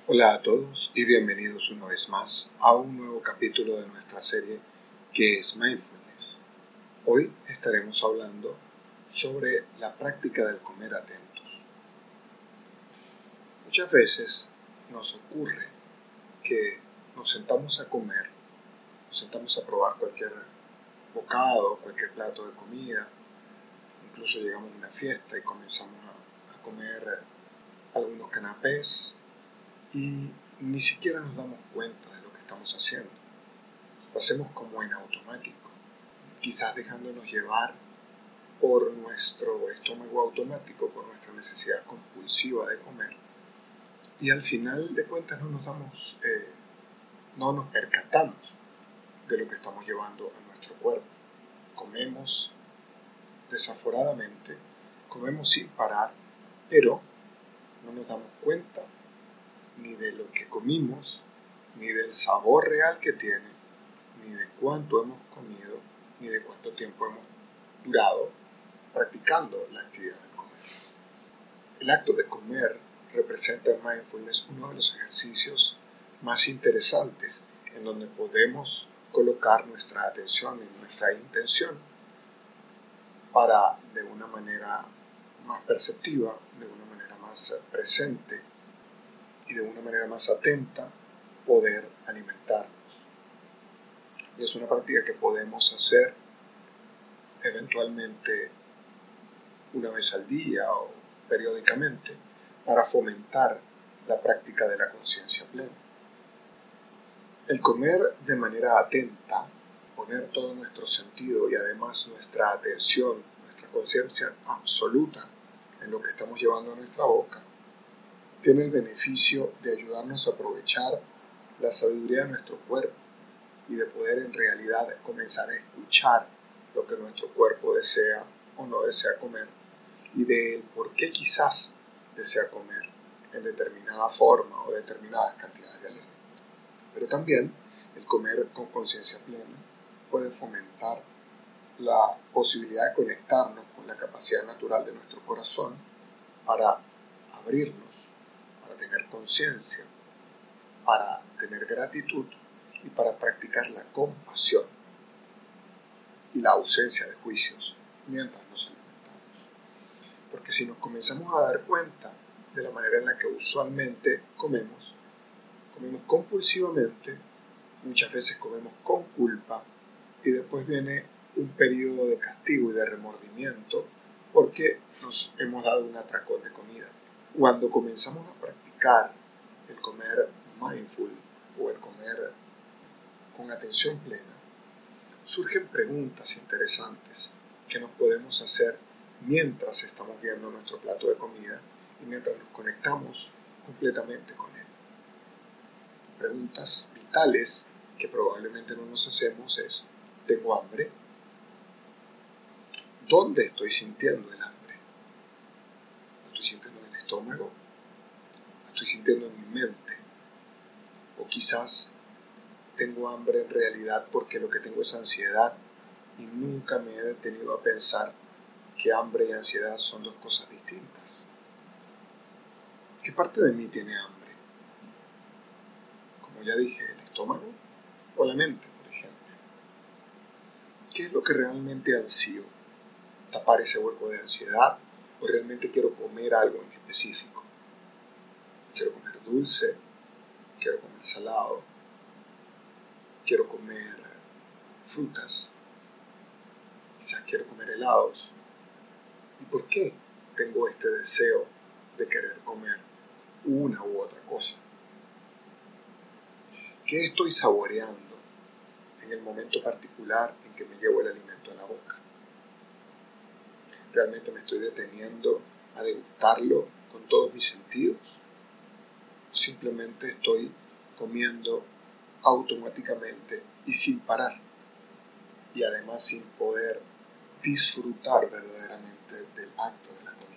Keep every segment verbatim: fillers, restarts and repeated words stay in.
Hola a todos y bienvenidos una vez más a un nuevo capítulo de nuestra serie que es Mindfulness. Hoy estaremos hablando sobre la práctica del comer atentos. Muchas veces nos ocurre que nos sentamos a comer, nos sentamos a probar cualquier bocado, cualquier plato de comida, incluso llegamos a una fiesta y comenzamos a, a comer algunos canapés y ni siquiera nos damos cuenta de lo que estamos haciendo. Lo hacemos como en automático, quizás dejándonos llevar por nuestro estómago automático, por nuestra necesidad compulsiva de comer. Y al final de cuentas no nos damos, eh, no nos percatamos de lo que estamos llevando a nuestro cuerpo. Comemos desaforadamente, comemos sin parar, pero no nos damos cuenta ni de lo que comimos, ni del sabor real que tiene, ni de cuánto hemos comido, ni de cuánto tiempo hemos durado practicando la actividad de comer. El acto de comer representa en Mindfulness uno de los ejercicios más interesantes en donde podemos colocar nuestra atención y nuestra intención para, de una manera más perceptiva, de una manera más presente y de una manera más atenta, poder alimentarnos. Y es una práctica que podemos hacer eventualmente una vez al día o periódicamente para fomentar la práctica de la conciencia plena. El comer de manera atenta, poner todo nuestro sentido y además nuestra atención, nuestra conciencia absoluta en lo que estamos llevando a nuestra boca, tiene el beneficio de ayudarnos a aprovechar la sabiduría de nuestro cuerpo y de poder en realidad comenzar a escuchar lo que nuestro cuerpo desea o no desea comer y de él por qué quizás desea comer en determinada forma o determinadas cantidades de alimentos. Pero también el comer con conciencia plena puede fomentar la posibilidad de conectarnos con la capacidad natural de nuestro corazón para abrirnos, para tener conciencia, para tener gratitud y para practicar la compasión y la ausencia de juicios mientras nos alimentamos. Porque si nos comenzamos a dar cuenta de la manera en la que usualmente comemos, comemos compulsivamente, muchas veces comemos con culpa y después viene un periodo de castigo y de remordimiento porque nos hemos dado un atracón de comida. Cuando comenzamos a practicar el comer mindful o el comer con atención plena, surgen preguntas interesantes que nos podemos hacer mientras estamos viendo nuestro plato de comida y mientras nos conectamos completamente con él. Preguntas vitales que probablemente no nos hacemos es: ¿tengo hambre? ¿Dónde estoy sintiendo el hambre? ¿Lo estoy sintiendo en el estómago? ¿Lo estoy sintiendo en mi mente? O quizás tengo hambre en realidad porque lo que tengo es ansiedad y nunca me he detenido a pensar que hambre y ansiedad son dos cosas distintas. ¿Qué parte de mí tiene hambre? Como ya dije, ¿el estómago o la mente, por ejemplo? ¿Qué es lo que realmente ansío? ¿Tapar ese hueco de ansiedad o realmente quiero comer algo en específico? Quiero comer dulce, quiero comer salado, quiero comer frutas, quizás quiero comer helados. ¿Y por qué tengo este deseo de querer comer una u otra cosa? ¿Qué estoy saboreando en el momento particular en que me llevo el alimento a la boca? ¿Realmente me estoy deteniendo a degustarlo con todos mis sentidos? ¿O simplemente estoy comiendo automáticamente y sin parar? Y además sin poder disfrutar verdaderamente del acto de la comida.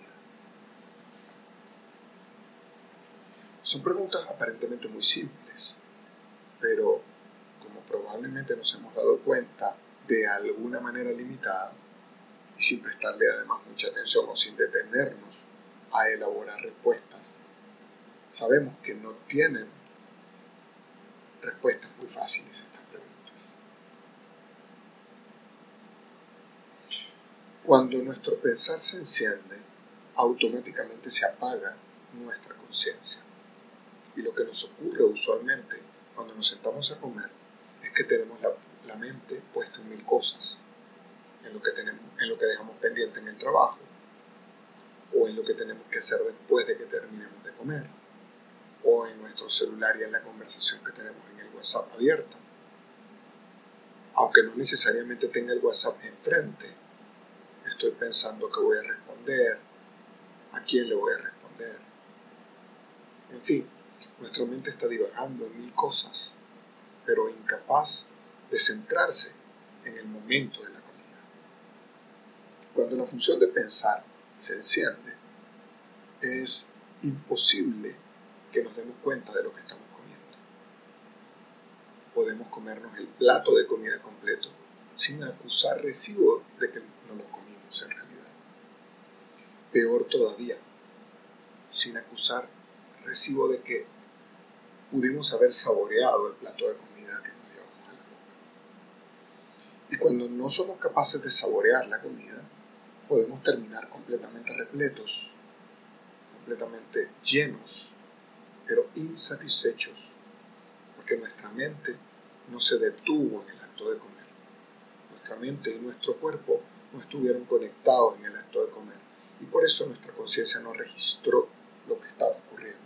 Son preguntas aparentemente muy simples, pero como probablemente nos hemos dado cuenta de alguna manera limitada y sin prestarle además mucha atención o sin detenernos a elaborar respuestas, sabemos que no tienen respuestas muy fáciles a estas preguntas. Cuando nuestro pensar se enciende, automáticamente se apaga nuestra conciencia. Y lo que nos ocurre usualmente cuando nos sentamos a comer es que tenemos la, la mente puesta en mil cosas, en lo que tenemos, en lo que dejamos pendiente en el trabajo, o en lo que tenemos que hacer después de que terminemos de comer, o en nuestro celular y en la conversación que tenemos en el WhatsApp abierta. Aunque no necesariamente tenga el WhatsApp enfrente, estoy pensando qué voy a responder, a quién le voy a responder. En fin, nuestra mente está divagando en mil cosas, pero incapaz de centrarse en el momento de la comida. Cuando la función de pensar se enciende, es imposible que nos demos cuenta de lo que estamos comiendo. Podemos comernos el plato de comida completo sin acusar recibo de que no lo comimos en realidad. Peor todavía, sin acusar recibo de que pudimos haber saboreado el plato de comida que nos llevamos a la boca. Y cuando no somos capaces de saborear la comida, podemos terminar completamente repletos, completamente llenos, pero insatisfechos, porque nuestra mente no se detuvo en el acto de comer. Nuestra mente y nuestro cuerpo no estuvieron conectados en el acto de comer, y por eso nuestra conciencia no registró lo que estaba ocurriendo.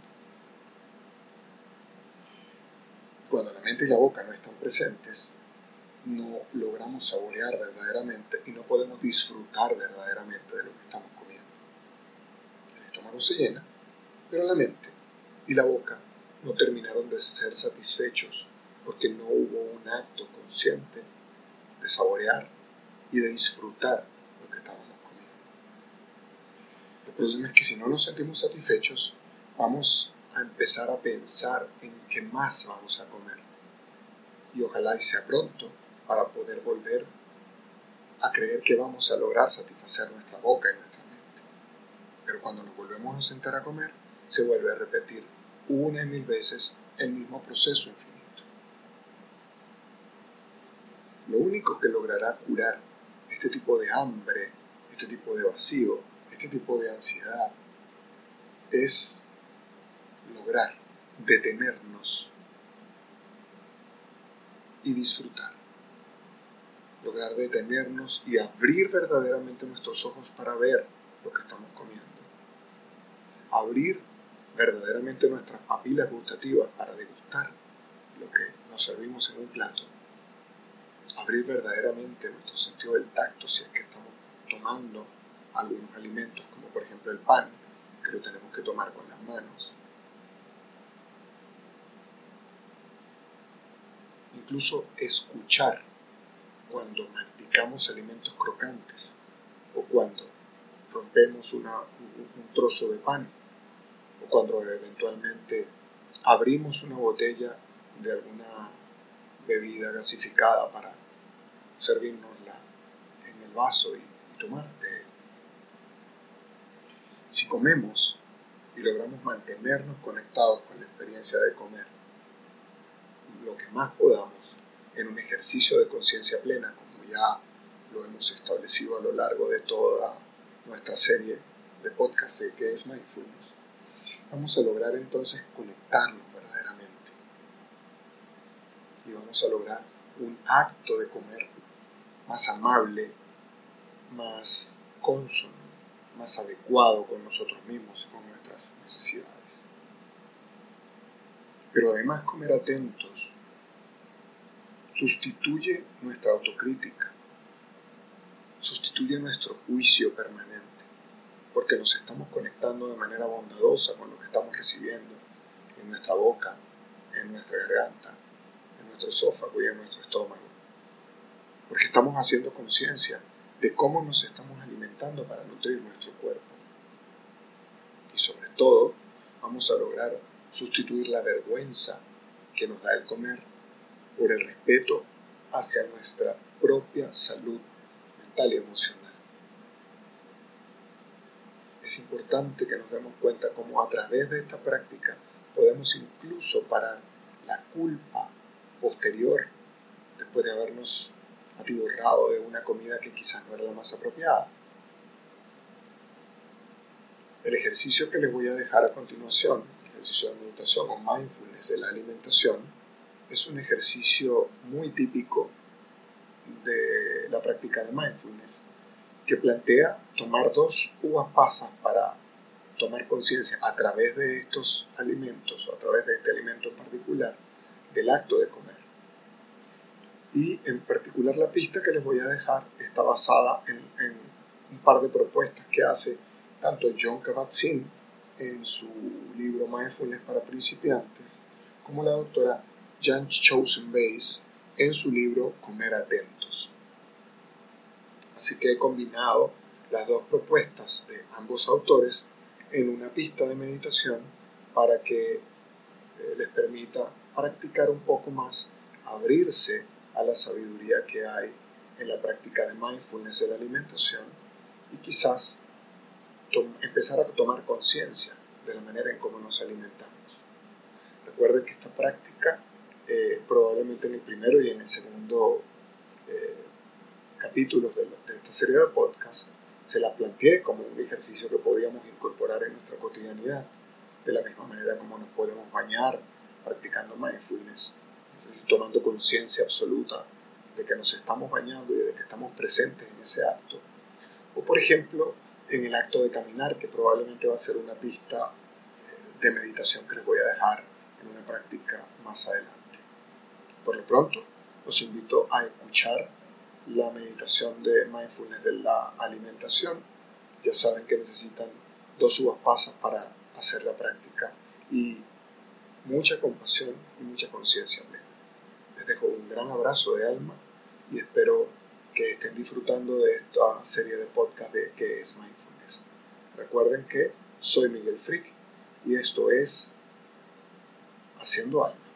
Cuando la mente y la boca no están presentes, no logramos saborear verdaderamente y no podemos disfrutar verdaderamente de lo que estamos comiendo. El estómago se llena, pero la mente y la boca no terminaron de ser satisfechos porque no hubo un acto consciente de saborear y de disfrutar lo que estábamos comiendo. El problema es que si no nos sentimos satisfechos, vamos a empezar a pensar en qué más vamos a comer. Y ojalá y sea pronto para poder volver a creer que vamos a lograr satisfacer nuestra boca y nuestra mente. Pero cuando nos volvemos a sentar a comer, se vuelve a repetir una y mil veces el mismo proceso infinito. Lo único que logrará curar este tipo de hambre, este tipo de vacío, este tipo de ansiedad, es lograr detenernos y disfrutar. Lograr detenernos y abrir verdaderamente nuestros ojos para ver lo que estamos comiendo. Abrir verdaderamente nuestras papilas gustativas para degustar lo que nos servimos en un plato. Abrir verdaderamente nuestro sentido del tacto si es que estamos tomando algunos alimentos, como por ejemplo el pan, que lo tenemos que tomar con las manos. Incluso escuchar cuando masticamos alimentos crocantes o cuando rompemos una, un, un trozo de pan o cuando eventualmente abrimos una botella de alguna bebida gasificada para servirnosla en el vaso y, y tomar de él. Si comemos y logramos mantenernos conectados con la experiencia de comer, lo que más podamos en un ejercicio de conciencia plena, como ya lo hemos establecido a lo largo de toda nuestra serie de podcasts que es Mindfulness, vamos a lograr entonces conectarnos verdaderamente y vamos a lograr un acto de comer más amable, más cónsono, más adecuado con nosotros mismos y con nuestras necesidades. Pero además comer atentos sustituye nuestra autocrítica, sustituye nuestro juicio permanente, porque nos estamos conectando de manera bondadosa con lo que estamos recibiendo en nuestra boca, en nuestra garganta, en nuestro esófago y en nuestro estómago, porque estamos haciendo conciencia de cómo nos estamos alimentando para nutrir nuestro cuerpo. Y sobre todo, vamos a lograr sustituir la vergüenza que nos da el comer por el respeto hacia nuestra propia salud mental y emocional. Es importante que nos demos cuenta cómo a través de esta práctica podemos incluso parar la culpa posterior después de habernos atiborrado de una comida que quizás no era la más apropiada. El ejercicio que les voy a dejar a continuación, el ejercicio de meditación o mindfulness de la alimentación, es un ejercicio muy típico de la práctica de mindfulness, que plantea tomar dos uvas pasas para tomar conciencia a través de estos alimentos o a través de este alimento en particular del acto de comer. Y en particular la pista que les voy a dejar está basada en, en un par de propuestas que hace tanto Jon Kabat-Zinn en su libro Mindfulness para principiantes, como la doctora Jan Chozen-Weiss en su libro Comer Atentos. Así que he combinado las dos propuestas de ambos autores en una pista de meditación para que eh, les permita practicar un poco más, abrirse a la sabiduría que hay en la práctica de mindfulness de la alimentación y quizás empezar a tomar conciencia de la manera en cómo nos alimentamos. Recuerden que esta práctica, eh, probablemente en el primero y en el segundo eh, capítulos de, de esta serie de podcasts, se la planteé como un ejercicio que podíamos incorporar en nuestra cotidianidad, de la misma manera como nos podemos bañar practicando mindfulness, entonces, tomando conciencia absoluta de que nos estamos bañando y de que estamos presentes en ese acto. O por ejemplo, en el acto de caminar, que probablemente va a ser una pista de meditación que les voy a dejar en una práctica más adelante. Por lo pronto, los invito a escuchar la meditación de mindfulness de la alimentación. Ya saben que necesitan dos uvas pasas para hacer la práctica y mucha compasión y mucha conciencia plena. Les dejo un gran abrazo de alma y espero que estén disfrutando de esta serie de podcast de ¿Qué es Mindfulness? Recuerden que soy Miguel Frick y esto es Haciendo Alma.